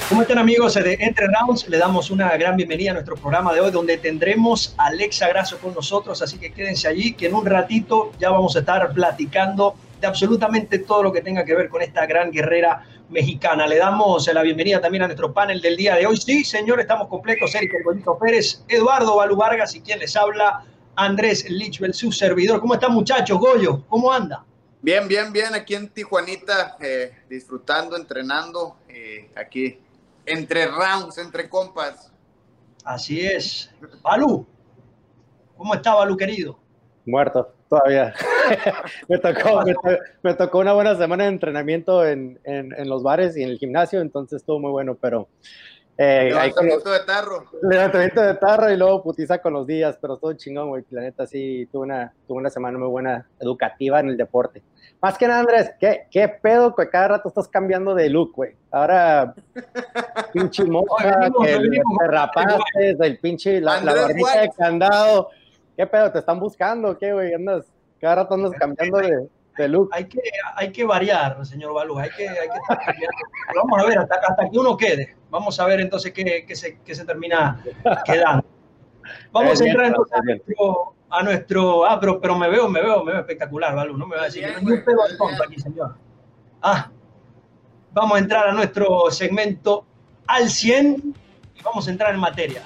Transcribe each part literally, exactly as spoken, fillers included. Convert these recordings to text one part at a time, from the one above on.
¿Cómo están, amigos de Entre Rounds? Le damos una gran bienvenida a nuestro programa de hoy, donde tendremos a Alexa Grasso con nosotros, así que quédense allí, que en un ratito ya vamos a estar platicando de absolutamente todo lo que tenga que ver con esta gran guerrera mexicana. Le damos la bienvenida también a nuestro panel del día de hoy. Sí, señor, estamos completos. Eric El Goyito Pérez, Eduardo Balú Vargas y quien les habla, Andrés Lichbel, su servidor. ¿Cómo están, muchachos? Goyo, ¿cómo anda? Bien, bien, bien, aquí en Tijuanita, eh, disfrutando, entrenando, eh, aquí, entre rounds, entre compas. Así es. Balú, ¿cómo está, Balú, querido? Muerto, todavía. me, tocó, me, to me tocó una buena semana de entrenamiento en, en, en los bares y en el gimnasio, entonces estuvo muy bueno, pero... Eh, levantamiento los, de tarro. Levantamiento de tarro y luego putiza con los días, pero todo chingón, güey. La neta, sí, tuve una, tuve una semana muy buena, educativa en el deporte. Más que nada, Andrés, ¿qué, qué pedo que cada rato estás cambiando de look, güey? Ahora, pinche mocha, que te rapaste, el pinche, la, la barbita de candado. ¿Qué pedo? ¿Te están buscando? ¿Qué, güey? Andas, cada rato andas cambiando de, de look. Hay que, hay que variar, señor Balú, hay que, hay que estar cambiando. Vamos a ver, hasta, hasta que uno quede. Vamos a ver entonces qué, qué, se, qué se termina quedando. Vamos a entrar entonces a nuestro, a nuestro... Ah, pero, pero me veo, me veo, me veo espectacular, Balú. No me va a decir que no hay un pedo de tonto aquí, señor. Ah, vamos a entrar a nuestro segmento al cien y vamos a entrar en materia.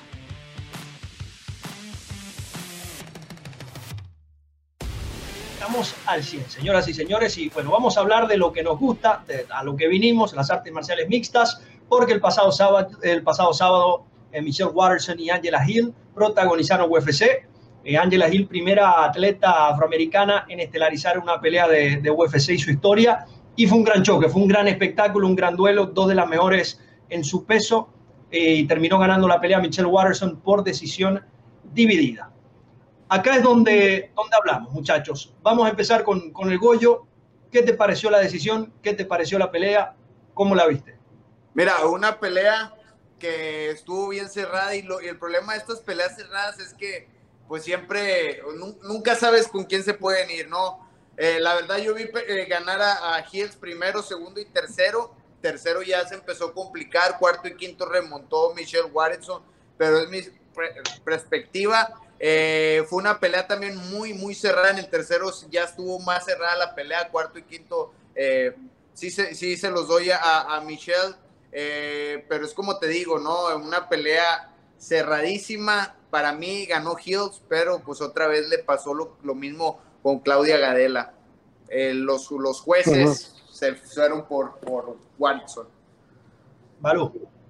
Estamos al cien, señoras y señores, y bueno, vamos a hablar de lo que nos gusta, de, a lo que vinimos, las artes marciales mixtas, porque el pasado sábado, el pasado sábado eh, Michelle Waterson y Angela Hill protagonizaron U F C. Eh, Angela Hill, primera atleta afroamericana en estelarizar una pelea de, de U F C y su historia, y fue un gran choque, fue un gran espectáculo, un gran duelo, dos de las mejores en su peso, eh, y terminó ganando la pelea Michelle Waterson por decisión dividida. Acá es donde, donde hablamos, muchachos. Vamos a empezar con, con el Goyo. ¿Qué te pareció la decisión? ¿Qué te pareció la pelea? ¿Cómo la viste? Mira, una pelea que estuvo bien cerrada y, lo, y el problema de estas peleas cerradas es que pues siempre, nunca sabes con quién se pueden ir, ¿no? Eh, la verdad yo vi eh, ganar a, a Hills primero, segundo y tercero. Tercero ya se empezó a complicar, cuarto y quinto remontó Michelle Waterson, pero es mi perspectiva. Eh, fue una pelea también muy, muy cerrada. En el tercero ya estuvo más cerrada la pelea. Cuarto y quinto, eh, sí, se, sí se los doy a, a Michelle. Eh, pero es como te digo, ¿no? Una pelea cerradísima. Para mí ganó Hills, pero pues otra vez le pasó lo, lo mismo con Claudia Gadela. Eh, los, los jueces uh-huh. se fueron por, por Watson. Balú.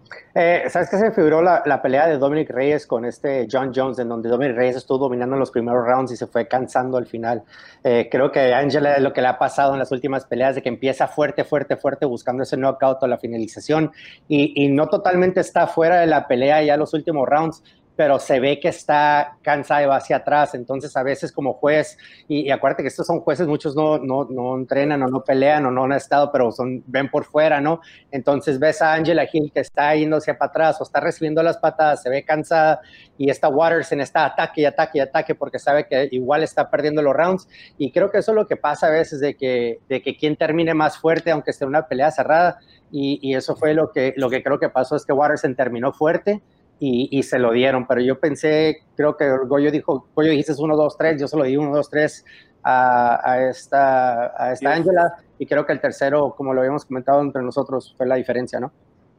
Eh, ¿Sabes qué se me figuró la, la pelea de Dominic Reyes con este John Jones, en donde Dominic Reyes estuvo dominando en los primeros rounds y se fue cansando al final? Eh, creo que a Angela es lo que le ha pasado en las últimas peleas, de que empieza fuerte, fuerte, fuerte, buscando ese knockout o la finalización, y, y no totalmente está fuera de la pelea ya los últimos rounds, pero se ve que está cansada y va hacia atrás. Entonces a veces como juez, y, y acuérdate que estos son jueces, muchos no, no, no entrenan o no pelean o no han estado, pero son, ven por fuera, ¿no? Entonces ves a Angela Hill que está yéndose para atrás o está recibiendo las patadas, se ve cansada, y esta Waterson está ataque y ataque y ataque porque sabe que igual está perdiendo los rounds, y creo que eso es lo que pasa a veces, de que, de que quien termine más fuerte, aunque esté una pelea cerrada, y, y eso fue lo que, lo que creo que pasó, es que Waterson terminó fuerte, Y, y se lo dieron, pero yo pensé, creo que Goyo dijo, Goyo dijiste uno, dos, tres, yo se lo di uno, dos, tres a, a esta, a esta Angela, y creo que el tercero, como lo habíamos comentado entre nosotros, fue la diferencia, ¿no?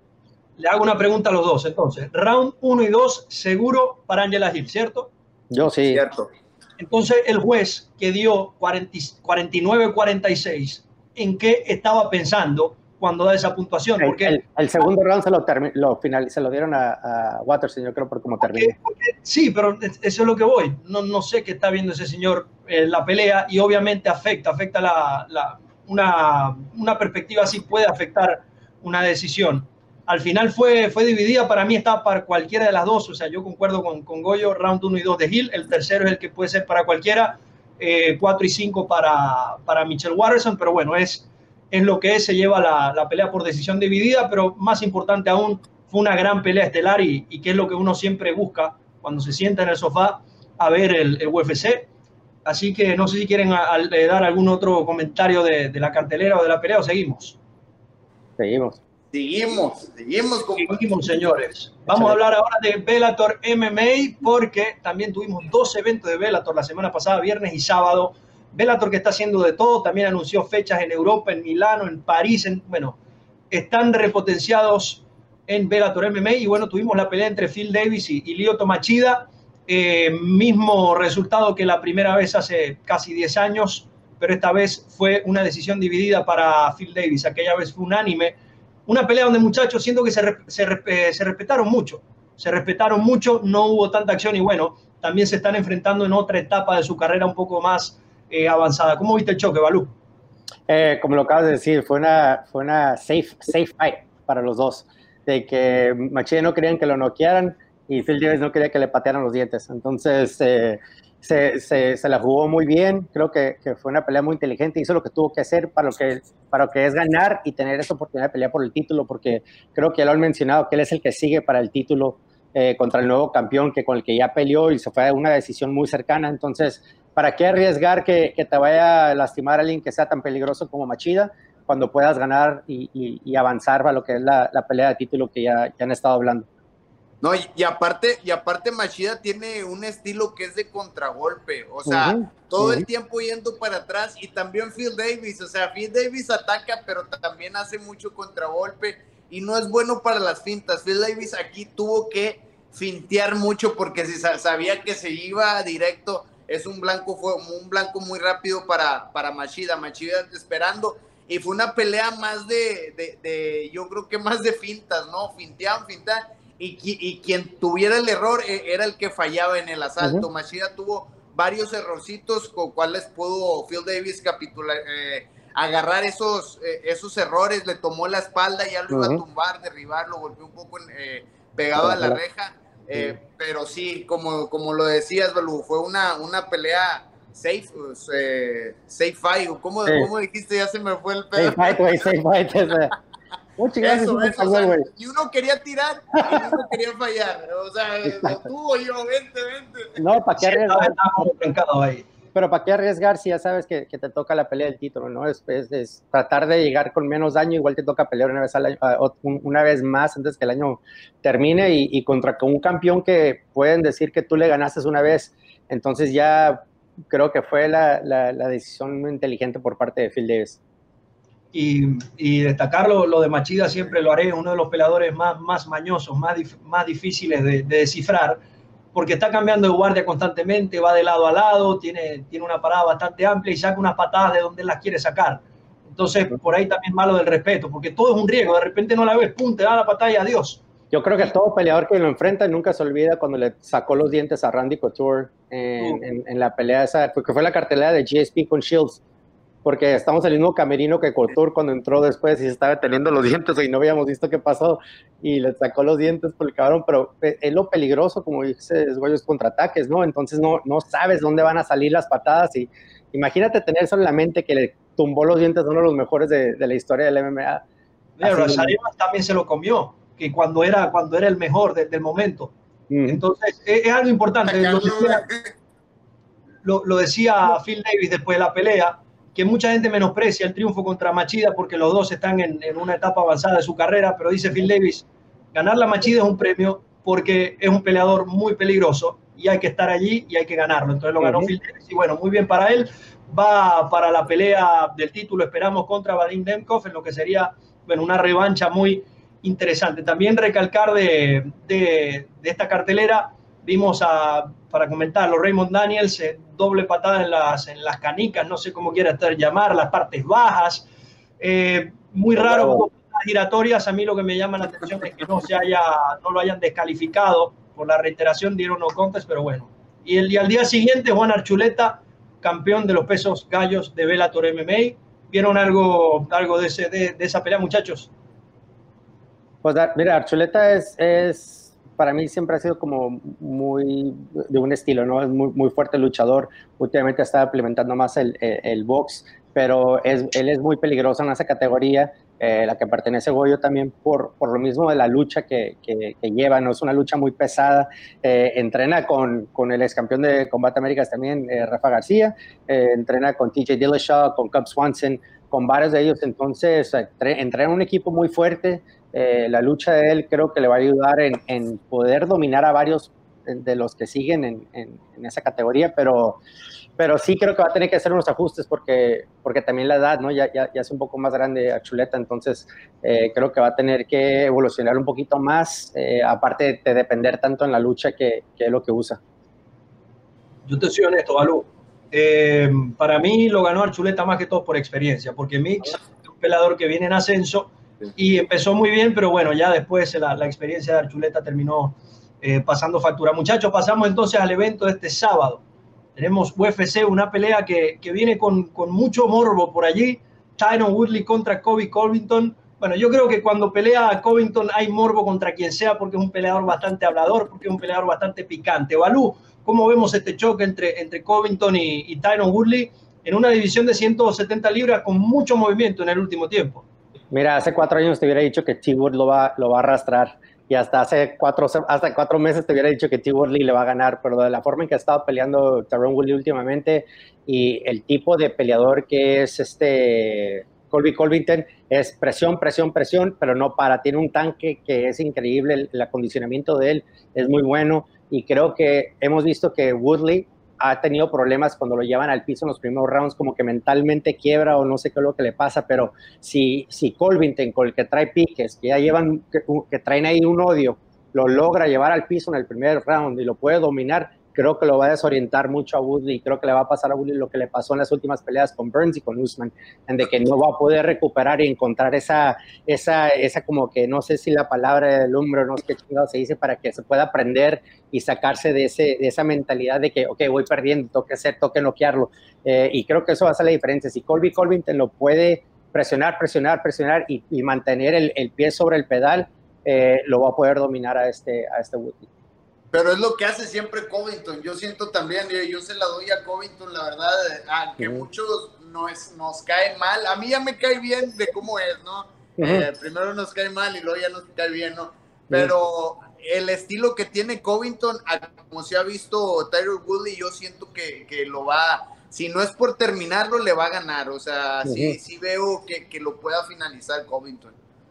Le hago una pregunta a los dos, entonces. Round uno y dos, seguro para Angela Hill, ¿cierto? Yo sí. Cierto. Entonces, el juez que dio cuarenta y nueve cuarenta y seis, ¿en qué estaba pensando cuando da esa puntuación? El, porque el, el segundo round se lo, lo, final, se lo dieron a, a Waterson, yo creo, por cómo terminó. Sí, pero eso es lo que voy. No, no sé qué está viendo ese señor en la pelea, y obviamente afecta, afecta la, la, una, una perspectiva así puede afectar una decisión. Al final fue, fue dividida, para mí está para cualquiera de las dos, o sea, yo concuerdo con, con Goyo, round uno y dos de Hill, el tercero es el que puede ser para cualquiera, eh, cuatro y cinco para, para Michelle Waterson, pero bueno, es... es lo que es, se lleva la, la pelea por decisión dividida, pero más importante aún, fue una gran pelea estelar, y, y que es lo que uno siempre busca cuando se sienta en el sofá a ver el, el U F C. Así que no sé si quieren a, a, dar algún otro comentario de, de la cartelera o de la pelea, o seguimos. Seguimos. Seguimos, seguimos. Con... Seguimos, señores. Vamos a hablar ahora de Bellator M M A porque también tuvimos dos eventos de Bellator la semana pasada, viernes y sábado. Bellator que está haciendo de todo, también anunció fechas en Europa, en Milano, en París, en, bueno, están repotenciados en Bellator M M A y bueno, tuvimos la pelea entre Phil Davis y, y Lyoto Machida, eh, mismo resultado que la primera vez hace casi diez años, pero esta vez fue una decisión dividida para Phil Davis, aquella vez fue unánime, una pelea donde muchachos siento que se, se, se respetaron mucho, se respetaron mucho, no hubo tanta acción y bueno, también se están enfrentando en otra etapa de su carrera un poco más eh, avanzada. ¿Cómo viste el choque, Balú? Eh, como lo acabas de decir, fue una, fue una safe, safe fight para los dos, de que Machida no querían que lo noquearan y Phil Davis no quería que le patearan los dientes, entonces eh, se, se, se la jugó muy bien, creo que, que fue una pelea muy inteligente, hizo lo que tuvo que hacer para lo que, para lo que es ganar y tener esa oportunidad de pelear por el título, porque creo que ya lo han mencionado, que él es el que sigue para el título eh, contra el nuevo campeón que con el que ya peleó y se fue a una decisión muy cercana, entonces ¿para qué arriesgar que, que te vaya a lastimar a alguien que sea tan peligroso como Machida cuando puedas ganar y, y, y avanzar a lo que es la, la pelea de título que ya, ya han estado hablando? No, y, y aparte, y aparte Machida tiene un estilo que es de contragolpe, o sea, uh-huh, todo uh-huh. el tiempo yendo para atrás, y también Phil Davis, o sea, Phil Davis ataca, pero también hace mucho contragolpe, y no es bueno para las fintas. Phil Davis aquí tuvo que fintear mucho, porque si sabía que se iba directo, es un blanco, fue un blanco muy rápido para, para Machida, Machida esperando, y fue una pelea más de, de, de yo creo que más de fintas, ¿no? Finteaban, finteaban, y, y quien tuviera el error era el que fallaba en el asalto. Uh-huh. Machida tuvo varios errorcitos con cuales pudo Phil Davis capitular, eh, agarrar esos, eh, esos errores, le tomó la espalda, ya lo uh-huh. iba a tumbar, derribar, lo golpeó un poco en, eh, pegado uh-huh. a la reja. Eh, sí. Pero sí, como, como lo decías, Balú, fue una, una pelea safe, eh, safe fight. ¿Cómo, sí. ¿Cómo dijiste? Ya se me fue el pedo. Safe fight, güey, safe fight. Muchas gracias. Eso, eso, o sea, y uno quería tirar y uno quería fallar. O sea, lo tuvo yo, vente, vente. No, ¿para qué arriesgar? Ahí. Pero ¿para qué arriesgar si ya sabes que, que te toca la pelea del título, ¿no? Es, es, es tratar de llegar con menos daño, igual te toca pelear una vez, al año, una vez más antes que el año termine y, y contra un campeón que pueden decir que tú le ganaste una vez. Entonces ya creo que fue la, la, la decisión muy inteligente por parte de Phil Davis. Y, y destacar lo, lo de Machida siempre lo haré, uno de los peleadores más, más mañosos, más, dif, más difíciles de, de descifrar, porque está cambiando de guardia constantemente, va de lado a lado, tiene, tiene una parada bastante amplia y saca unas patadas de donde él las quiere sacar. Entonces, por ahí también malo del respeto, porque todo es un riesgo, de repente no la ves, pum, te da la patada y adiós. Yo creo que todo peleador que lo enfrenta nunca se olvida cuando le sacó los dientes a Randy Couture en, uh. en, en la pelea esa, porque fue la cartelera de G S P con Shields, porque estamos en el mismo camerino que Couture cuando entró después y se estaba teniendo los dientes y no habíamos visto qué pasó y le sacó los dientes por el cabrón, pero es lo peligroso, como dices, güey, es contraataques, ¿no? Entonces no, no sabes dónde van a salir las patadas y imagínate tener eso en la mente que le tumbó los dientes a uno de los mejores de, de la historia del M M A. Rosarimas también se lo comió, que cuando era, cuando era el mejor de, del momento. Mm. Entonces es, es algo importante. Lo decía, lo, lo decía Phil Davis después de la pelea, que mucha gente menosprecia el triunfo contra Machida porque los dos están en, en una etapa avanzada de su carrera, pero dice Phil Davis, ganar la Machida es un premio porque es un peleador muy peligroso y hay que estar allí y hay que ganarlo. Entonces lo ganó uh-huh. Phil Davis y bueno, muy bien para él. Va para la pelea del título, esperamos, contra Vadim Demkov, en lo que sería bueno, una revancha muy interesante. También recalcar de, de, de esta cartelera, vimos a, para comentarlo, Raymond Daniels, eh, doble patada en las, en las canicas, no sé cómo quiera estar llamar, las partes bajas, eh, muy raro como las giratorias. A mí lo que me llama la atención es que no, se haya, no lo hayan descalificado por la reiteración, dieron no contest, pero bueno. Y, el, y al día siguiente, Juan Archuleta, campeón de los pesos gallos de Bellator M M A. ¿Vieron algo, algo de, ese, de, de esa pelea, muchachos? Pues mira, Archuleta es... es... para mí siempre ha sido como muy de un estilo, ¿no? Es muy, muy fuerte luchador. Últimamente está implementando más el, el, el box, pero es, él es muy peligroso en esa categoría, eh, la que pertenece a Goyo también por, por lo mismo de la lucha que, que, que lleva, ¿no? Es una lucha muy pesada. Eh, entrena con, con el ex campeón de Combate Américas también, eh, Rafa García, eh, entrena con T J Dillashaw, con Cub Swanson, con varios de ellos. Entonces, entrar en un equipo muy fuerte, eh, la lucha de él creo que le va a ayudar en, en poder dominar a varios de los que siguen en, en, en esa categoría, pero, pero sí creo que va a tener que hacer unos ajustes porque, porque también la edad, ¿no? Ya, ya, ya es un poco más grande Archuleta, entonces eh, creo que va a tener que evolucionar un poquito más, eh, aparte de depender tanto en la lucha que, que es lo que usa. Yo te soy honesto, Balú. Eh, para mí lo ganó Archuleta más que todo por experiencia, porque Mix es un peleador que viene en ascenso y empezó muy bien, pero bueno, ya después la, la experiencia de Archuleta terminó eh, pasando factura. Muchachos, pasamos entonces al evento de este sábado. Tenemos U F C, una pelea que, que viene con, con mucho morbo por allí. Tyron Woodley contra Colby Covington. Bueno, yo creo que cuando pelea Covington hay morbo contra quien sea porque es un peleador bastante hablador, porque es un peleador bastante picante. Balú, ¿cómo vemos este choque entre, entre Covington y, y Tyron Woodley en una división de ciento setenta libras con mucho movimiento en el último tiempo? Mira, hace cuatro años te hubiera dicho que T-Wood lo va, lo va a arrastrar y hasta hace cuatro, hasta cuatro meses te hubiera dicho que T-Woodley le va a ganar, pero de la forma en que ha estado peleando Tyron Woodley últimamente y el tipo de peleador que es este Colby Covington es presión, presión, presión, pero no para. Tiene un tanque que es increíble, el, el acondicionamiento de él es muy bueno y creo que hemos visto que Woodley ha tenido problemas cuando lo llevan al piso en los primeros rounds, como que mentalmente quiebra o no sé qué es lo que le pasa, pero si, si Covington, con el que trae piques, que ya llevan, que, que traen ahí un odio, lo logra llevar al piso en el primer round y lo puede dominar, creo que lo va a desorientar mucho a Woodley y creo que le va a pasar a Woodley lo que le pasó en las últimas peleas con Burns y con Usman, en de que no va a poder recuperar y encontrar esa, esa, esa como que no sé si la palabra del hombro, no sé qué chingado se dice, para que se pueda aprender y sacarse de, ese, de esa mentalidad de que, ok, voy perdiendo, tengo que hacer, tengo que noquearlo. Eh, y creo que eso va a ser la diferencia. Si Colby Covington lo puede presionar, presionar, presionar y, y mantener el, el pie sobre el pedal, eh, lo va a poder dominar a este, a este Woodley. Pero es lo que hace siempre Covington. Yo siento también, yo, yo se la doy a Covington, la verdad, a que uh-huh. muchos no es, nos cae mal. A mí ya me cae bien de cómo es, ¿no? Uh-huh. Eh, primero nos cae mal y luego ya nos cae bien, ¿no? Pero uh-huh. el estilo que tiene Covington, como se ha visto Tyron Woodley, yo siento que, que lo va, si no es por terminarlo, le va a ganar. O sea, uh-huh. sí, sí veo que, que lo pueda finalizar Covington.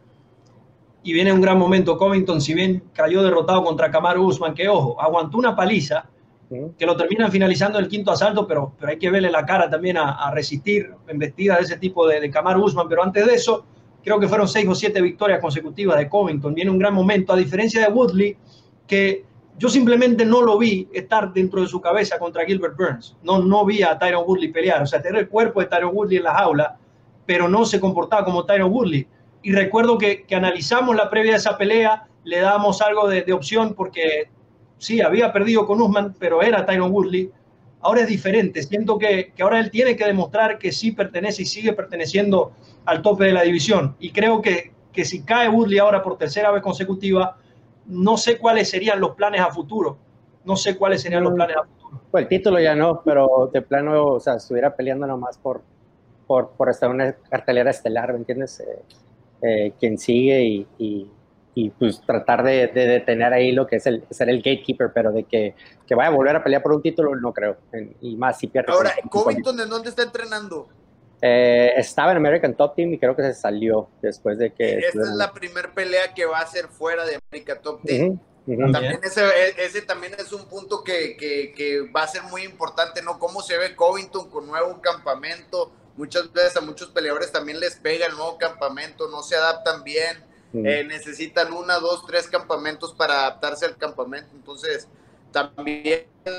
Y viene un gran momento Covington, si bien cayó derrotado contra Kamaru Usman, que ojo, aguantó una paliza, que lo terminan finalizando el quinto asalto, pero, pero hay que verle la cara también a, a resistir embestida de ese tipo de, de Kamaru Usman, pero antes de eso, creo que fueron seis o siete victorias consecutivas de Covington, viene un gran momento, a diferencia de Woodley, que yo simplemente no lo vi estar dentro de su cabeza contra Gilbert Burns, no, no vi a Tyron Woodley pelear, o sea, tener el cuerpo de Tyron Woodley en la jaula, pero no se comportaba como Tyron Woodley. Y recuerdo que, que analizamos la previa de esa pelea, le damos algo de, de opción porque sí, había perdido con Usman, pero era Tyron Woodley. Ahora es diferente. Siento que, que ahora él tiene que demostrar que sí pertenece y sigue perteneciendo al tope de la división. Y creo que, que si cae Woodley ahora por tercera vez consecutiva, no sé cuáles serían los planes a futuro. No sé cuáles serían los planes a futuro. Pues el título ya no, pero de plano, o sea, estuviera peleando nomás por, por, por estar en una cartelera estelar, ¿me entiendes? Eh, Eh, quien sigue y, y, y pues tratar de, de detener ahí lo que es el ser el gatekeeper, pero de que, que vaya a volver a pelear por un título no creo, y más si pierde. Ahora, ¿Covington en dónde está entrenando? Eh, estaba en American Top Team y creo que se salió después de que... Esta es la primera pelea que va a hacer fuera de American Top Team. Uh-huh, uh-huh. También ese, ese también es un punto que, que, que va a ser muy importante, ¿no? Cómo se ve Covington con nuevo campamento. Muchas veces a muchos peleadores también les pega el nuevo campamento, no se adaptan bien, mm. eh, necesitan una, dos, tres campamentos para adaptarse al campamento. Entonces, también,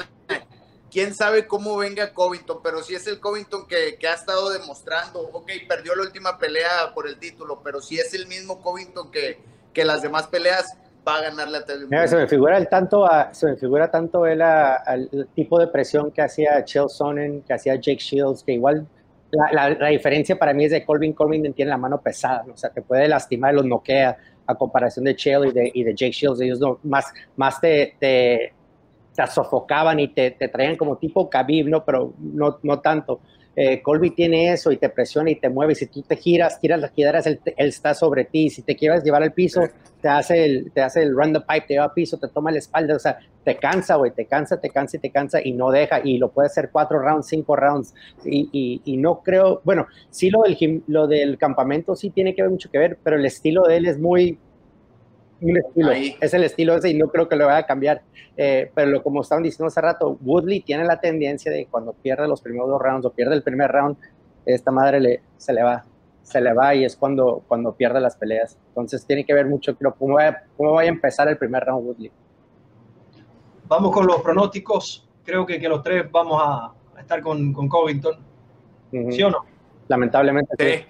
quién sabe cómo venga Covington, pero si es el Covington que, que ha estado demostrando, ok, perdió la última pelea por el título, pero si es el mismo Covington que, que las demás peleas, va a ganarle a Tyron Woodley. Se me figura el tanto, a, se me figura tanto él al tipo de presión que hacía Chael Sonnen, que hacía Jake Shields, que igual... La, la, la diferencia para mí es de Colby Covington tiene la mano pesada, ¿no? O sea, te puede lastimar y los noquea a comparación de Chael y de, y de Jake Shields. Ellos no, más, más te, te, te sofocaban y te, te traían como tipo Khabib, ¿no? Pero no, no tanto. Eh, Colby tiene eso y te presiona y te mueve. Si tú te giras, tiras las giras, él, él está sobre ti. Si te quieres llevar al piso, te hace el, te hace el run the pipe, te lleva al piso, te toma la espalda. O sea, te cansa, güey, te cansa, te cansa y te cansa y no deja. Y lo puede hacer cuatro rounds, cinco rounds. Y, y, y no creo, bueno, sí lo del, lo del campamento sí tiene que ver mucho que ver, pero el estilo de él es muy... un estilo, Ahí. es el estilo ese y no creo que lo vaya a cambiar, eh, pero lo, como estaban diciendo hace rato, Woodley tiene la tendencia de cuando pierde los primeros dos rounds o pierde el primer round, esta madre le, se le va, se le va y es cuando, cuando pierde las peleas, entonces tiene que ver mucho creo, cómo, vaya, cómo vaya a empezar el primer round Woodley. Vamos con los pronósticos, creo que, que los tres vamos a, a estar con, con Covington, uh-huh. ¿Sí o no? Lamentablemente sí, sí.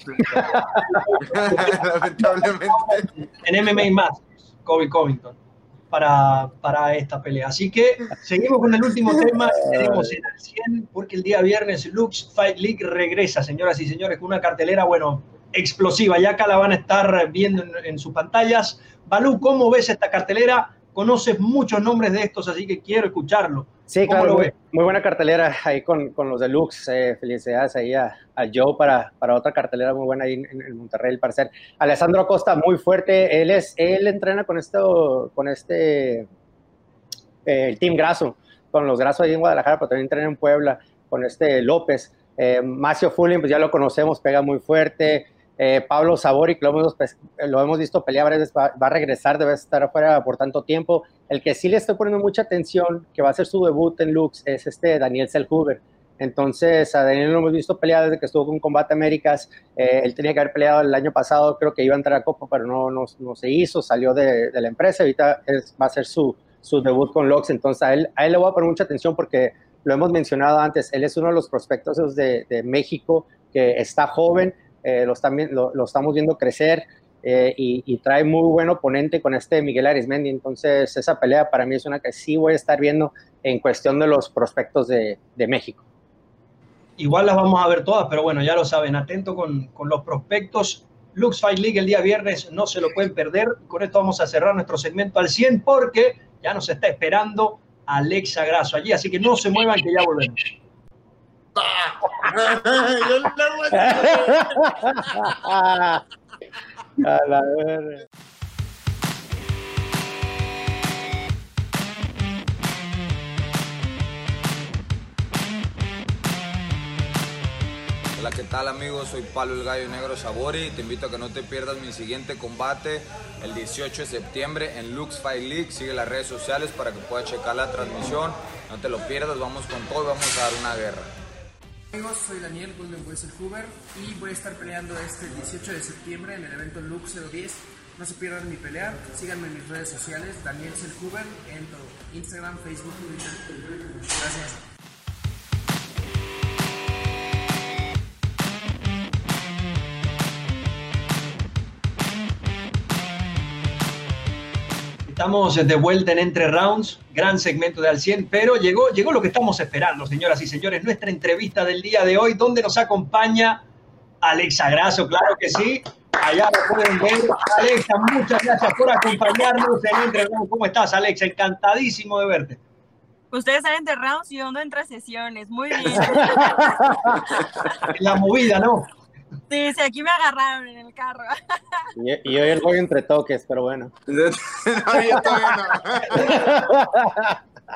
Lamentablemente. En M M A Masters, Colby Covington para, para esta pelea. Así que seguimos con el último tema. Tenemos en el cien, porque el día viernes Lux Fight League regresa, señoras y señores, con una cartelera, bueno, explosiva. Ya acá la van a estar viendo en, en sus pantallas. Balú, ¿cómo ves esta cartelera? Conoces muchos nombres de estos, así que quiero escucharlo. Sí, claro, muy, muy buena cartelera ahí con, con los Deluxe. Eh, felicidades ahí a, a Joe para, para otra cartelera muy buena ahí en, en Monterrey, al parecer. Alessandro Acosta, muy fuerte. Él es él entrena con, esto, con este, eh, el Team Grasso, con los Grasso ahí en Guadalajara, pero también entrena en Puebla con este López. Eh, Macio Fulling, pues ya lo conocemos, pega muy fuerte. Eh, Pablo Sabori, que lo hemos, lo hemos visto pelear varias veces, va, va a regresar, debe estar afuera por tanto tiempo. El que sí le estoy poniendo mucha atención, que va a hacer su debut en Lux, es este Daniel Zellhuber. Entonces, a Daniel lo hemos visto pelear desde que estuvo con Combate Américas. Eh, él tenía que haber peleado el año pasado, creo que iba a entrar a Copa, pero no, no, no se hizo, salió de, de la empresa. Ahorita es, va a hacer su, su debut con Lux. Entonces, a él, a él le voy a poner mucha atención porque lo hemos mencionado antes. Él es uno de los prospectos de, de México que está joven. Eh, lo, están, lo, lo estamos viendo crecer eh, y, y trae muy buen oponente con este Miguel Arismendi. Entonces esa pelea para mí es una que sí voy a estar viendo en cuestión de los prospectos de, de México. Igual las vamos a ver todas, pero bueno, ya lo saben, atento con, con los prospectos. Lux Fight League el día viernes, no se lo pueden perder. Con esto vamos a cerrar nuestro segmento al cien porque ya nos está esperando Alexa Grasso allí, así que no se muevan que ya volvemos. Yo no voy a a la verga. Hola, ¿qué tal amigos? Soy Pablo el Gallo Negro Sabori. Te invito a que no te pierdas mi siguiente combate el dieciocho de septiembre en Lux Fight League. Sigue las redes sociales para que puedas checar la transmisión. No te lo pierdas, vamos con todo y vamos a dar una guerra. Amigos, soy Daniel Golden Boy Zellhuber y voy a estar peleando este dieciocho de septiembre en el evento Lux cero diez. No se pierdan mi pelea, síganme en mis redes sociales, Daniel Zellhuber, en todo, Instagram, Facebook, Twitter. Gracias. Estamos de vuelta en Entre Rounds, gran segmento de Al cien, pero llegó, llegó lo que estamos esperando, señoras y señores, nuestra entrevista del día de hoy, donde nos acompaña Alexa Grasso, claro que sí, allá lo pueden ver. Alexa, muchas gracias por acompañarnos en Entre Rounds. ¿Cómo estás, Alexa? Encantadísimo de verte. Ustedes están Entre Rounds y yo ando entre sesiones, muy bien. La movida, ¿no? Sí, sí, aquí me agarraron en el carro. Y, y hoy el voy entre toques, pero bueno. No, yo todavía no.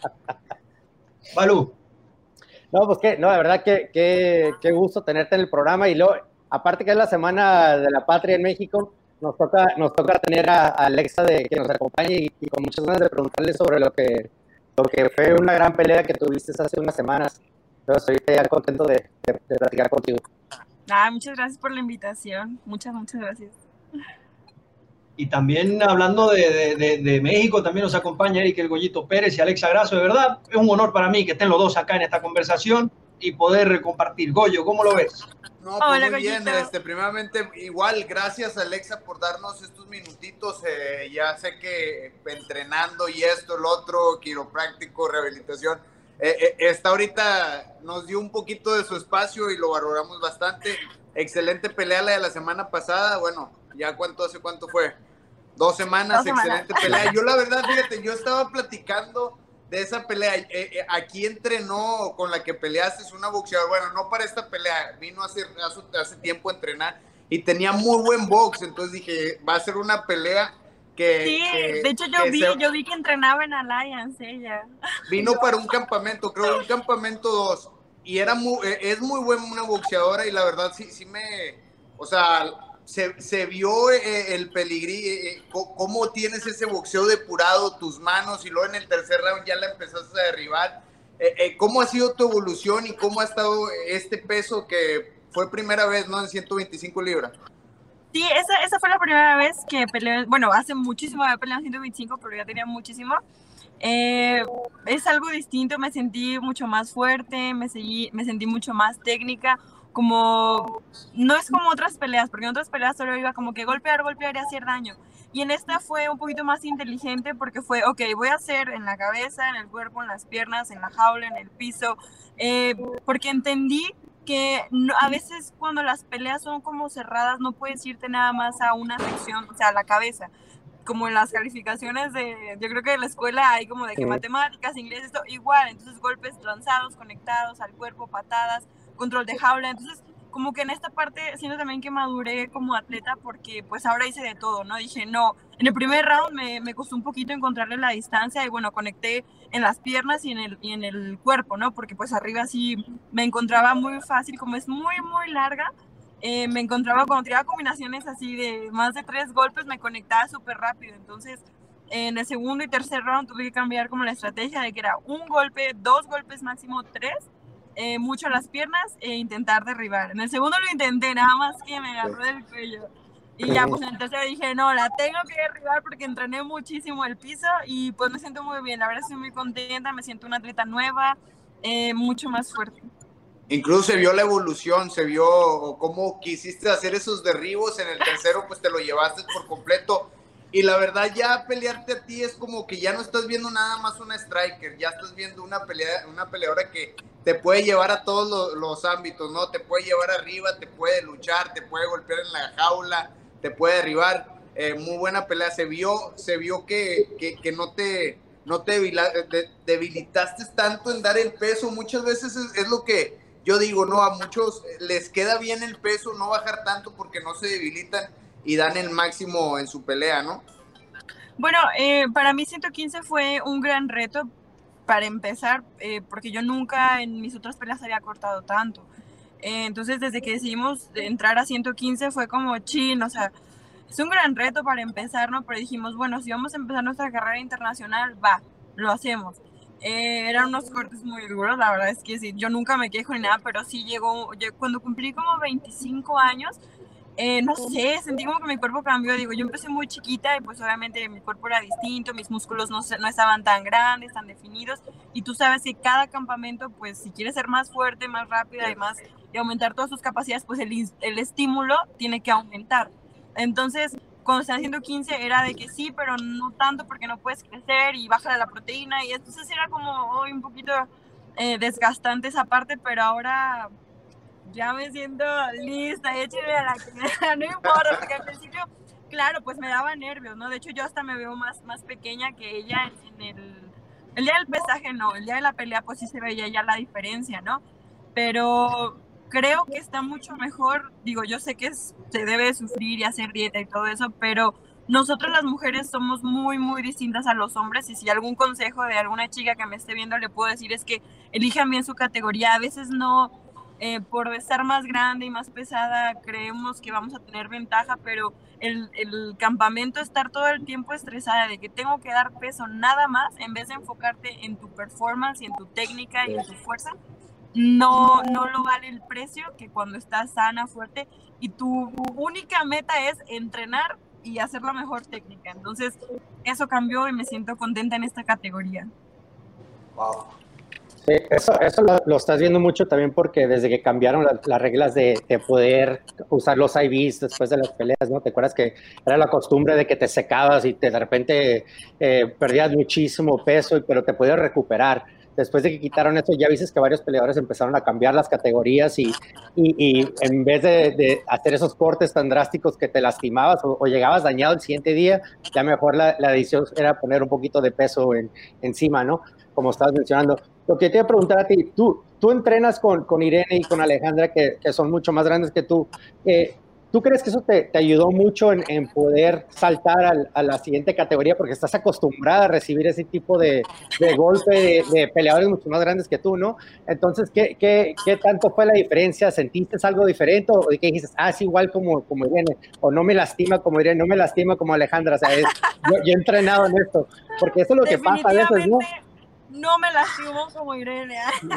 Balú. No, pues que, no, de verdad que, que, que gusto tenerte en el programa. Y luego, aparte que es la Semana de la Patria en México, nos toca, nos toca tener a, a Alexa de que nos acompañe y, y con muchas ganas de preguntarle sobre lo que, lo que fue una gran pelea que tuviste hace unas semanas. Entonces, estoy ya contento de, de, de platicar contigo. Ah, muchas gracias por la invitación. Muchas, muchas gracias. Y también hablando de, de, de, de México, también nos acompaña Eric El Goyito Pérez y Alexa Grasso. De verdad, es un honor para mí que estén los dos acá en esta conversación y poder compartir. Goyo, ¿cómo lo ves? No, pues Hola, muy Goyito. Bien. Este, primeramente, igual, gracias Alexa por darnos estos minutitos. Eh, ya sé que entrenando y esto, el otro, quiropráctico, rehabilitación. Eh, eh, esta ahorita nos dio un poquito de su espacio y lo valoramos bastante. Excelente pelea la de la semana pasada. Bueno, ya cuánto hace cuánto fue. Dos semanas, Dos excelente semanas. pelea. Yo la verdad, fíjate, yo estaba platicando de esa pelea. Eh, eh, aquí entrenó con la que peleaste, es una boxeadora, bueno, no para esta pelea, vino hace, hace, hace tiempo a entrenar y tenía muy buen box, entonces dije, va a ser una pelea que... Sí, que, de hecho yo vi, se, yo vi que entrenaba en Alliance ella. Vino para un campamento, creo un campamento dos, y era muy, es muy buena una boxeadora y la verdad sí, sí me, o sea, se, se vio eh, el peligrí, eh, cómo tienes ese boxeo depurado, tus manos, y luego en el tercer round ya la empezaste a derribar. Eh, eh, ¿Cómo ha sido tu evolución y cómo ha estado este peso que fue primera vez, ¿no? En ciento veinticinco libras. Sí, esa, esa fue la primera vez que peleé, bueno, hace muchísimo había peleado en ciento veinticinco, pero ya tenía muchísimo. Eh, es algo distinto, me sentí mucho más fuerte, me, seguí, me sentí mucho más técnica, como no es como otras peleas, porque en otras peleas solo iba como que golpear, golpear y hacer daño. Y en esta fue un poquito más inteligente porque fue, ok, voy a hacer en la cabeza, en el cuerpo, en las piernas, en la jaula, en el piso, eh, porque entendí que no, a veces cuando las peleas son como cerradas no puedes irte nada más a una sección, o sea, a la cabeza. Como en las calificaciones de, yo creo que en la escuela hay como de que matemáticas, inglés, esto, igual, entonces golpes lanzados, conectados al cuerpo, patadas, control de jaula, entonces como que en esta parte siento también que maduré como atleta porque pues ahora hice de todo, ¿no? Dije, no, en el primer round me, me costó un poquito encontrarle la distancia y bueno, conecté en las piernas y en el, y en el cuerpo, ¿no? Porque pues arriba sí me encontraba muy fácil, como es muy, muy larga, Eh, me encontraba cuando tiraba combinaciones así de más de tres golpes, me conectaba súper rápido. Entonces, en el segundo y tercer round tuve que cambiar como la estrategia de que era un golpe, dos golpes máximo, tres, eh, mucho a las piernas e intentar derribar. En el segundo lo intenté, nada más que me agarró del cuello. Y ya, pues en el tercero dije, no, la tengo que derribar porque entrené muchísimo el piso y pues me siento muy bien. La verdad estoy muy contenta, me siento una atleta nueva, eh, mucho más fuerte. Incluso se vio la evolución, se vio cómo quisiste hacer esos derribos, en el tercero pues te lo llevaste por completo, y la verdad ya pelearte a ti es como que ya no estás viendo nada más una striker, ya estás viendo una, pelea, una peleadora que te puede llevar a todos los, los ámbitos, ¿no? Te puede llevar arriba, te puede luchar, te puede golpear en la jaula, te puede derribar, eh, muy buena pelea, se vio, se vio que, que, que no te, no te debilitaste tanto en dar el peso, muchas veces es, es lo que yo digo, no, a muchos les queda bien el peso, no bajar tanto porque no se debilitan y dan el máximo en su pelea, ¿no? Bueno, eh, para mí ciento quince fue un gran reto para empezar, eh, porque yo nunca en mis otras peleas había cortado tanto. Eh, entonces, desde que decidimos entrar a ciento quince fue como chin, o sea, es un gran reto para empezar, ¿no? Pero dijimos, bueno, si vamos a empezar nuestra carrera internacional, va, lo hacemos. Eh, eran unos cortes muy duros, la verdad es que sí, yo nunca me quejo ni nada, pero sí llegó, yo, cuando cumplí como veinticinco años, eh, no sé, sentí como que mi cuerpo cambió, digo, yo empecé muy chiquita y pues obviamente mi cuerpo era distinto, mis músculos no, no estaban tan grandes, tan definidos, y tú sabes que cada campamento, pues si quieres ser más fuerte, más rápida y más, y aumentar todas tus capacidades, pues el, el estímulo tiene que aumentar. Entonces, cuando estaba haciendo quince era de que sí, pero no tanto porque no puedes crecer y baja la proteína y entonces era como oh, un poquito eh, desgastante esa parte, pero ahora ya me siento lista, échale a la que no importa, porque al principio, claro, pues me daba nervios, ¿no? De hecho yo hasta me veo más, más pequeña que ella en el, el día del pesaje no, el día de la pelea pues sí se veía ya la diferencia, ¿no? Pero creo que está mucho mejor, digo, yo sé que es, se debe sufrir y hacer dieta y todo eso, pero nosotros las mujeres somos muy, muy distintas a los hombres y si algún consejo de alguna chica que me esté viendo le puedo decir es que elijan bien su categoría, a veces no, eh, por estar más grande y más pesada creemos que vamos a tener ventaja, pero el, el campamento estar todo el tiempo estresada de que tengo que dar peso nada más en vez de enfocarte en tu performance y en tu técnica y en tu fuerza, no, no lo vale el precio que cuando estás sana, fuerte y tu única meta es entrenar y hacer la mejor técnica. Entonces, eso cambió y me siento contenta en esta categoría. Wow. Sí, eso, eso lo, lo estás viendo mucho también porque desde que cambiaron la, las reglas de, de poder usar los I Vs después de las peleas, ¿no? ¿Te acuerdas que era la costumbre de que te secabas y te, de repente eh, perdías muchísimo peso, pero te podías recuperar? después de que quitaron eso, ya viste que varios peleadores empezaron a cambiar las categorías y, y, y en vez de, de hacer esos cortes tan drásticos que te lastimabas o, o llegabas dañado el siguiente día, ya mejor la, la decisión era poner un poquito de peso en, encima, ¿no? Como estabas mencionando. Lo que te iba a preguntar a ti, tú, tú entrenas con, con Irene y con Alejandra, que, que son mucho más grandes que tú. Eh, ¿Tú crees que eso te, te ayudó mucho en, en poder saltar al, a la siguiente categoría? Porque estás acostumbrada a recibir ese tipo de, de golpe de, de peleadores mucho más grandes que tú, ¿no? Entonces, ¿qué, qué, qué tanto fue la diferencia? ¿Sentiste algo diferente? ¿O qué dijiste? Ah, es igual como, como Irene. O no me lastima como Irene, no me lastima como Alejandra. O sea, es, yo, yo he entrenado en esto. Porque eso es lo que pasa a veces, ¿no? No me lastimo como Irene.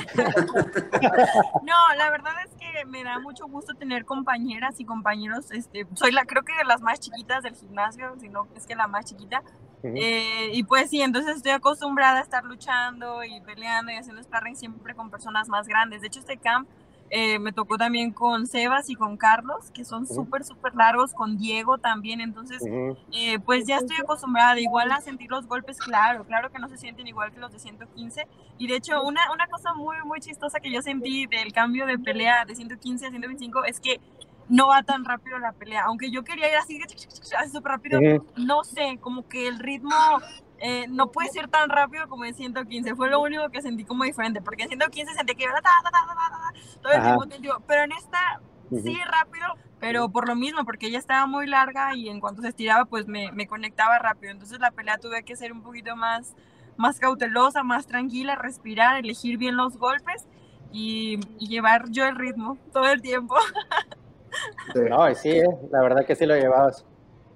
No, la verdad es que me da mucho gusto tener compañeras y compañeros. Este, soy la, creo que de las más chiquitas del gimnasio, si no es que la más chiquita. Uh-huh. eh, y pues sí, entonces estoy acostumbrada a estar luchando y peleando y haciendo sparring siempre con personas más grandes. De hecho, este camp eh, me tocó también con Sebas y con Carlos, que son súper, uh-huh. súper largos, con Diego también. Entonces, uh-huh. eh, pues ya estoy acostumbrada igual a sentir los golpes, claro, claro que no se sienten igual que los de ciento quince. Y de hecho, una, una cosa muy, muy chistosa que yo sentí del cambio de pelea de ciento quince a ciento veinticinco es que no va tan rápido la pelea. Aunque yo quería ir así, así súper rápido, uh-huh. no sé, como que el ritmo... Eh, no puede ser tan rápido como en ciento quince, fue lo único que sentí como diferente, porque en ciento quince sentí que iba todo el tiempo, tiempo, pero en esta uh-huh. sí rápido, pero por lo mismo, porque ella estaba muy larga y en cuanto se estiraba, pues me, me conectaba rápido, entonces la pelea tuve que ser un poquito más, más cautelosa, más tranquila, respirar, elegir bien los golpes y, y llevar yo el ritmo todo el tiempo. No, sí, eh, la verdad que sí lo llevabas.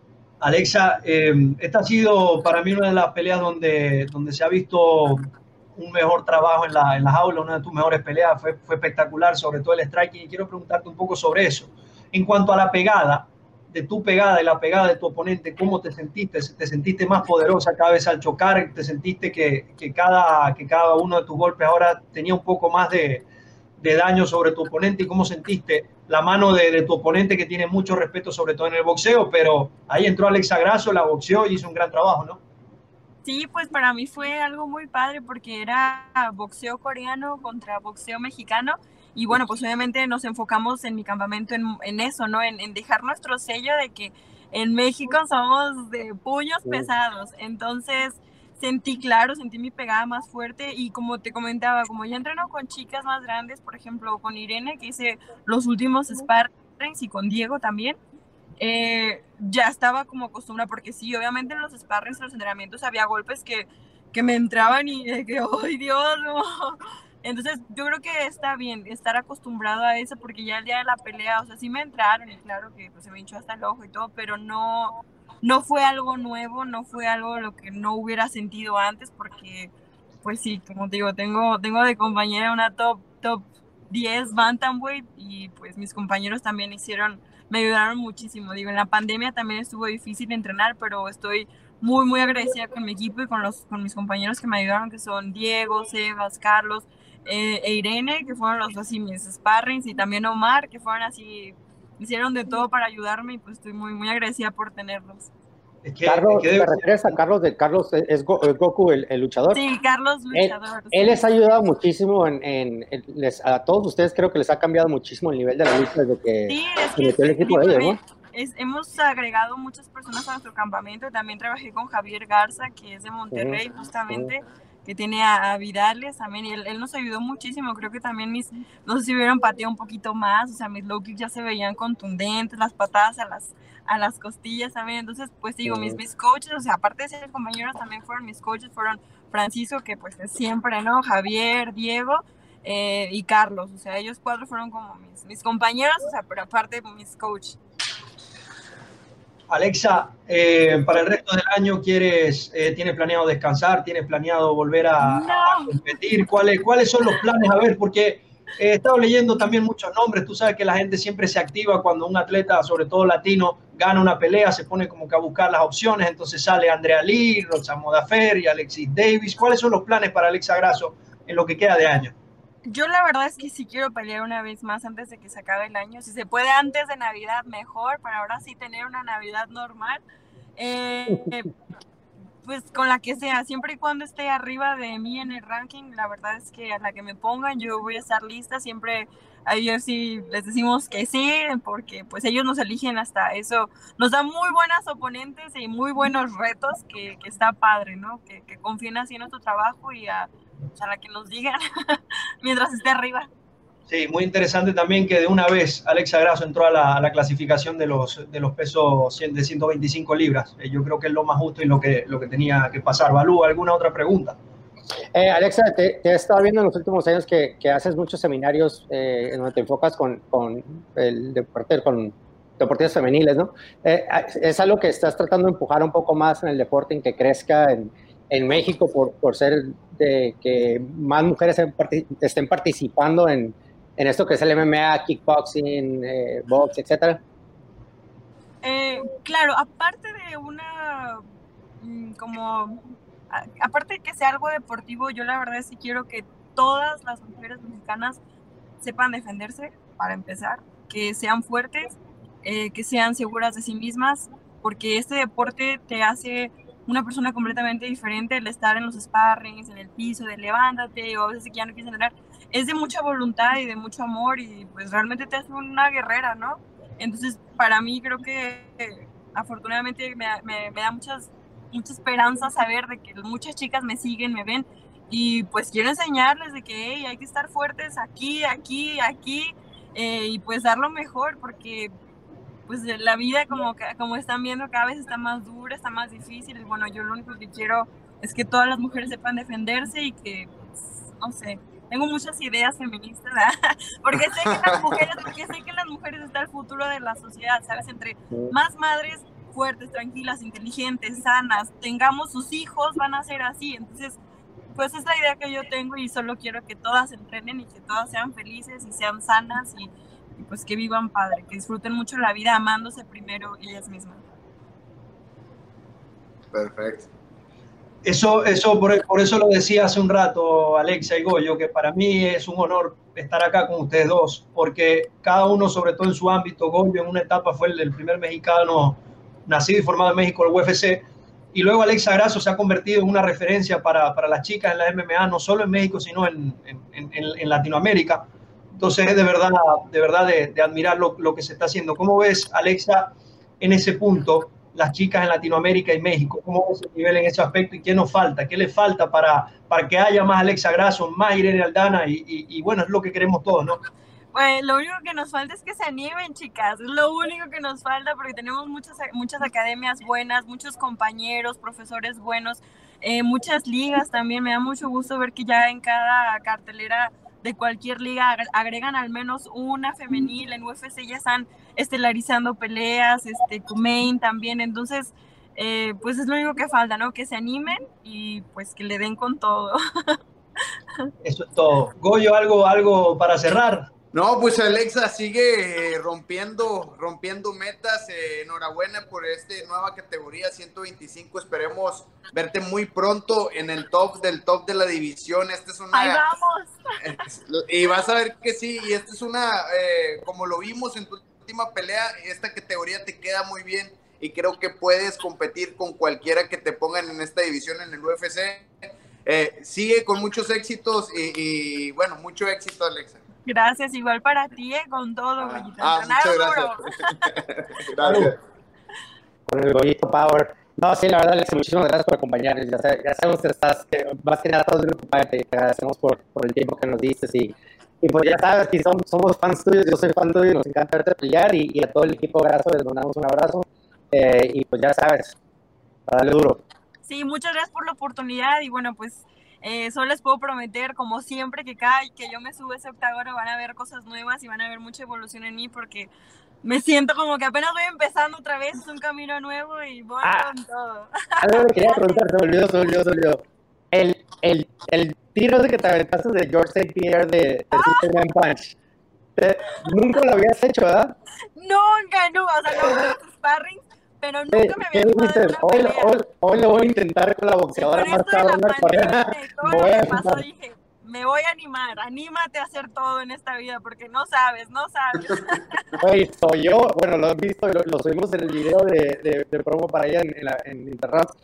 Alexa, eh, esta ha sido para mí una de las peleas donde, donde se ha visto un mejor trabajo en la, en la jaula, una de tus mejores peleas, fue, fue espectacular, sobre todo el striking, y quiero preguntarte un poco sobre eso. En cuanto a la pegada, de tu pegada y la pegada de tu oponente, ¿cómo te sentiste? ¿Te sentiste más poderosa cada vez al chocar? ¿Te sentiste que, que, cada, que cada uno de tus golpes ahora tenía un poco más de, de daño sobre tu oponente? ¿Y cómo sentiste la mano de, de tu oponente, que tiene mucho respeto, sobre todo en el boxeo? Pero ahí entró Alexa Grasso, la boxeó y hizo un gran trabajo, ¿no? Sí, pues para mí fue algo muy padre porque era boxeo coreano contra boxeo mexicano. Y bueno, pues obviamente nos enfocamos en mi campamento en, en eso, ¿no? En, en dejar nuestro sello de que en México somos de puños pesados. Entonces sentí, claro, sentí mi pegada más fuerte y como te comentaba, como ya entreno con chicas más grandes, por ejemplo, con Irene, que hice los últimos sparrings y con Diego también, eh, ya estaba como acostumbrada, porque sí, obviamente en los sparrings, en los entrenamientos había golpes que, que me entraban y de que, ¡ay, Dios! No. Entonces yo creo que está bien estar acostumbrado a eso, porque ya el día de la pelea, o sea, sí me entraron y claro que pues, se me hinchó hasta el ojo y todo, pero no... No fue algo nuevo, no fue algo lo que no hubiera sentido antes, porque, pues sí, como te digo, tengo, tengo de compañera una top, top diez bantamweight y pues mis compañeros también hicieron, me ayudaron muchísimo. Digo, en la pandemia también estuvo difícil entrenar, pero estoy muy, muy agradecida con mi equipo y con, los, con mis compañeros que me ayudaron, que son Diego, Sebas, Carlos eh, e Irene, que fueron los así mis sparrings, y también Omar, que fueron así... hicieron de todo para ayudarme y pues estoy muy, muy agradecida por tenerlos. Es que, Carlos, es que debe... ¿te refieres a Carlos? De Carlos ¿Es Goku el, el luchador? Sí, Carlos luchador. Él, sí. él les ha ayudado muchísimo en, en, en les, a todos ustedes, creo que les ha cambiado muchísimo el nivel de la lucha desde que sí, es se metió el equipo de ellos, ¿no? Es, hemos agregado muchas personas a nuestro campamento. También trabajé con Javier Garza, que es de Monterrey, uh-huh. justamente, uh-huh. que tiene a, a Vidales también, y él, él nos ayudó muchísimo. Creo que también mis, no sé si hubieran pateado un poquito más, o sea, mis low kicks ya se veían contundentes, las patadas a las, a las costillas también. Entonces, pues digo, uh-huh. mis, mis coaches, o sea, aparte de ser compañeros, también fueron mis coaches, fueron Francisco, que pues es siempre, ¿no? Javier, Diego, eh, y Carlos, o sea, ellos cuatro fueron como mis, mis compañeros, o sea, pero aparte mis coaches. Alexa, eh, para el resto del año, ¿quieres, eh, ¿tienes planeado descansar? ¿Tienes planeado volver a, no. a competir? ¿Cuáles, ¿Cuáles son los planes? A ver, porque he estado leyendo también muchos nombres. Tú sabes que la gente siempre se activa cuando un atleta, sobre todo latino, gana una pelea, se pone como que a buscar las opciones. Entonces sale Andrea Lee, Roxa Modafferi, Alexis Davis. ¿Cuáles son los planes para Alexa Grasso en lo que queda de año? Yo la verdad es que sí quiero pelear una vez más antes de que se acabe el año. Si se puede antes de Navidad, mejor, para ahora sí tener una Navidad normal. Eh, pues con la que sea, siempre y cuando esté arriba de mí en el ranking, la verdad es que a la que me pongan yo voy a estar lista, siempre a ellos sí les decimos que sí, porque pues ellos nos eligen hasta eso, nos dan muy buenas oponentes y muy buenos retos, que, que está padre, ¿no? Que, que confíen así en nuestro trabajo y a, a la que nos digan mientras esté arriba. Sí, muy interesante también que de una vez Alexa Grasso entró a la, a la clasificación de los, de los pesos de ciento veinticinco libras. Eh, yo creo que es lo más justo y lo que, lo que tenía que pasar. Balú, ¿alguna otra pregunta? Eh, Alexa, te, te he estado viendo en los últimos años que, que haces muchos seminarios eh, en donde te enfocas con, con el deporte, con deportistas femeniles, ¿no? Eh, ¿Es algo que estás tratando de empujar un poco más en el deporte, en que crezca en, en México por, por ser de que más mujeres estén participando en, en esto que es el M M A, kickboxing, eh, box, etcétera? Eh, claro, aparte de una, como, a, aparte de que sea algo deportivo, yo la verdad sí quiero que todas las mujeres mexicanas sepan defenderse, para empezar, que sean fuertes, eh, que sean seguras de sí mismas, porque este deporte te hace una persona completamente diferente. El estar en los sparrings, en el piso, de levántate, o a veces que ya no quieres entrenar, es de mucha voluntad y de mucho amor, y pues realmente te hace una guerrera, ¿no? Entonces, para mí creo que eh, afortunadamente me, me, me da muchas, mucha esperanza saber de que muchas chicas me siguen, me ven, y pues quiero enseñarles de que hey, hay que estar fuertes aquí, aquí, aquí, eh, y pues dar lo mejor, porque pues la vida, como, como están viendo, cada vez está más dura, está más difícil, y bueno, yo lo único que quiero es que todas las mujeres sepan defenderse y que, pues, no sé, tengo muchas ideas feministas, ¿verdad? porque sé que las mujeres, porque sé que las mujeres está el futuro de la sociedad, ¿sabes? Entre más madres fuertes, tranquilas, inteligentes, sanas, tengamos sus hijos, van a ser así. Entonces, pues es la idea que yo tengo, y solo quiero que todas entrenen y que todas sean felices y sean sanas, y, y pues que vivan padre, que disfruten mucho la vida amándose primero ellas mismas. Perfecto. Eso, eso por, por eso lo decía hace un rato Alexa y Goyo, que para mí es un honor estar acá con ustedes dos, porque cada uno, sobre todo en su ámbito, Goyo en una etapa fue el, el primer mexicano nacido y formado en México en el U F C, y luego Alexa Grasso se ha convertido en una referencia para, para las chicas en la M M A, no solo en México, sino en, en, en, en Latinoamérica. Entonces es de verdad de, verdad de, de admirar lo, lo que se está haciendo. ¿Cómo ves, Alexa, en ese punto, las chicas en Latinoamérica y México? ¿Cómo ves el nivel en ese aspecto y qué nos falta? ¿Qué le falta para, para que haya más Alexa Grasso, más Irene Aldana? Y, y, y bueno, es lo que queremos todos, ¿no? Pues lo único que nos falta es que se animen, chicas. Es lo único que nos falta, porque tenemos muchas, muchas academias buenas, muchos compañeros, profesores buenos, eh, muchas ligas también. Me da mucho gusto ver que ya en cada cartelera de cualquier liga agregan al menos una femenil. En U F C ya están estelarizando peleas, este, Kumain también. Entonces, eh, pues es lo único que falta, ¿no? Que se animen y pues que le den con todo. Eso es todo. Goyo, ¿algo, algo para cerrar? No, pues Alexa sigue eh, rompiendo, rompiendo metas. Eh, enhorabuena por esta nueva categoría ciento veinticinco. Esperemos verte muy pronto en el top del top de la división. Esta es una. ¡Ahí vamos! Y vas a ver que sí. Y esta es una, eh, como lo vimos en tu última pelea, esta categoría te queda muy bien y creo que puedes competir con cualquiera que te pongan en esta división en el U F C. Eh, sigue con muchos éxitos y, y bueno, mucho éxito, Alexa. Gracias, igual para ti, eh, con todo, Ah, Goyito. ah, muchas gracias. Gracias. Con el Goyito Power. No, sí, la verdad, Alex, muchísimas gracias por acompañarnos. Ya, ya sabemos que estás, que vas a tener a todo el grupo, te, te agradecemos por, por el tiempo que nos diste. Y, y pues ya sabes que somos, somos fans tuyos, yo soy fan tuyo, nos encanta verte pelear, y, y a todo el equipo Grasso les mandamos un abrazo. Eh, y pues ya sabes, para darle duro. Sí, muchas gracias por la oportunidad, y bueno, pues Eh, solo les puedo prometer, como siempre, que cada que yo me subo a ese octágono van a ver cosas nuevas y van a ver mucha evolución en mí, porque me siento como que apenas voy empezando otra vez, es un camino nuevo y voy ah, con todo. Algo que quería preguntar, se me olvidó, se me olvidó, se me olvidó. El, el, el tiro de que te aventaste de George Saint Pierre de, de ah. Superman Punch, te, nunca lo habías hecho, ¿verdad? Nunca, no, o sea, no con sparring, pero nunca eh, me había tomado una hoy, pelea. Hoy, hoy lo voy a intentar con la boxeadora más cabrona coreana. Voy a pasó, dije, me voy a animar, anímate a hacer todo en esta vida, porque no sabes, no sabes. Oye, soy yo, bueno, lo han visto, lo, lo subimos en el video de, de, de promo para allá en, en, la, en internet,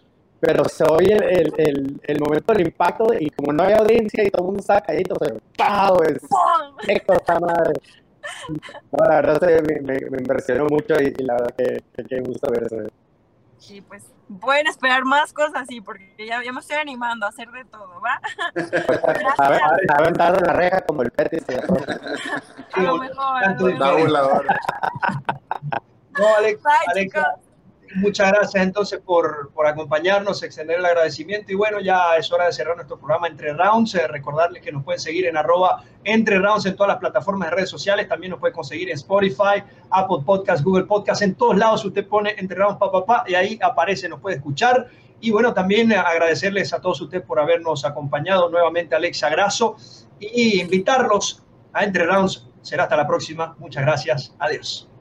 pero se oye el, el, el, el momento del impacto y como no hay audiencia y todo el mundo estaba calladito, pero ¡pau! Es seco esta madre. No, la verdad se, me, me, me impresionó mucho y, y la verdad que, que, que gusto ver eso. Sí, pues pueden esperar más cosas así, porque ya, ya me estoy animando a hacer de todo, ¿va? A ver, aventado en la reja como el Petis. A lo mejor. Tanto A lo mejor. No, Alex, Bye, Alexa, chicos. muchas gracias entonces por, por acompañarnos, extender el agradecimiento y bueno, ya es hora de cerrar nuestro programa Entre Rounds, eh, recordarles que nos pueden seguir en arroba Entre Rounds en todas las plataformas de redes sociales, también nos pueden conseguir en Spotify, Apple Podcast, Google Podcast, en todos lados usted pone Entre Rounds pa, pa, pa, y ahí aparece, nos puede escuchar y bueno, también agradecerles a todos ustedes por habernos acompañado nuevamente, Alexa Grasso, y invitarlos a Entre Rounds. Será hasta la próxima, muchas gracias, adiós.